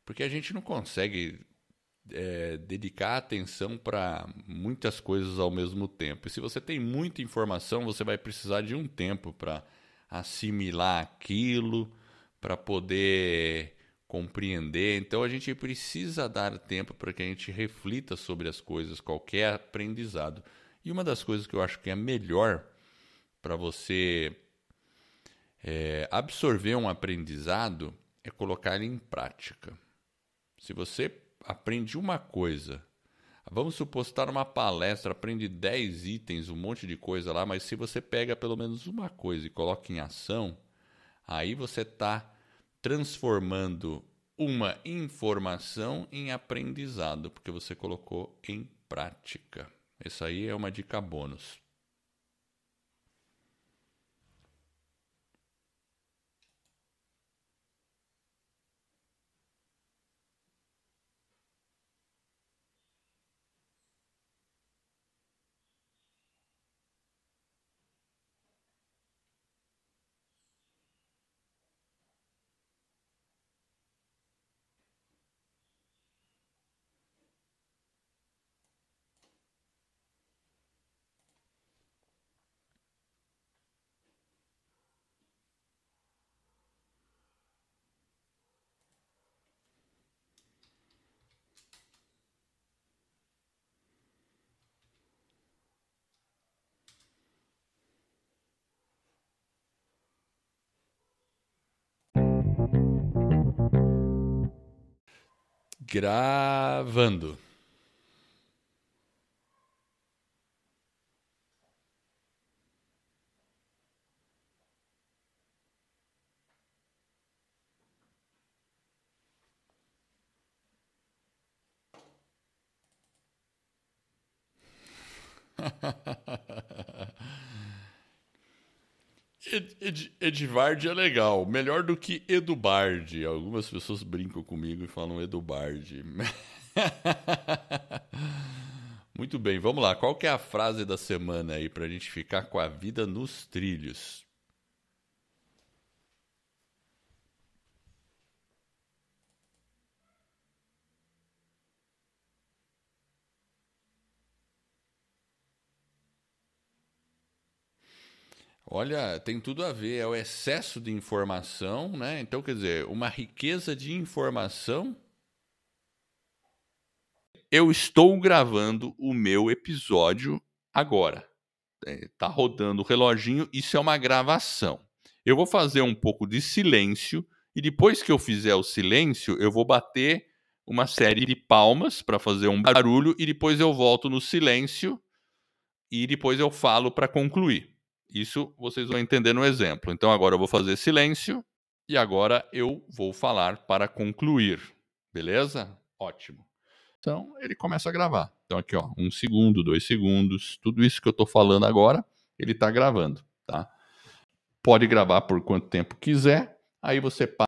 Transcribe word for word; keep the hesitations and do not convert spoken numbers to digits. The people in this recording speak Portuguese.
Porque a gente não consegue é, dedicar atenção para muitas coisas ao mesmo tempo. E se você tem muita informação, você vai precisar de um tempo para assimilar aquilo, para poder compreender. Então a gente precisa dar tempo para que a gente reflita sobre as coisas, qualquer aprendizado. E uma das coisas que eu acho que é melhor para você é, absorver um aprendizado é colocar ele em prática. Se você aprende uma coisa, vamos supor, você está numa palestra, aprende dez itens, um monte de coisa lá, mas se você pega pelo menos uma coisa e coloca em ação, aí você está transformando uma informação em aprendizado, porque você colocou em prática. Essa aí é uma dica bônus. Gravando. Ed, Ed, Edvard é legal, melhor do que Edubard. Algumas pessoas brincam comigo e falam Edubard. Muito bem, vamos lá. Qual que é a frase da semana aí pra gente ficar com a vida nos trilhos? Olha, tem tudo a ver, é o excesso de informação, né? Então, quer dizer, uma riqueza de informação. Eu estou gravando o meu episódio agora. É, tá rodando o reloginho, isso é uma gravação. Eu vou fazer um pouco de silêncio e depois que eu fizer o silêncio, eu vou bater uma série de palmas para fazer um barulho e depois eu volto no silêncio e depois eu falo para concluir. Isso vocês vão entender no exemplo. Então agora eu vou fazer silêncio e agora eu vou falar para concluir. Beleza? Ótimo. Então ele começa a gravar. Então aqui, ó, um segundo, dois segundos, tudo isso que eu estou falando agora, ele está gravando, tá? Pode gravar por quanto tempo quiser. Aí você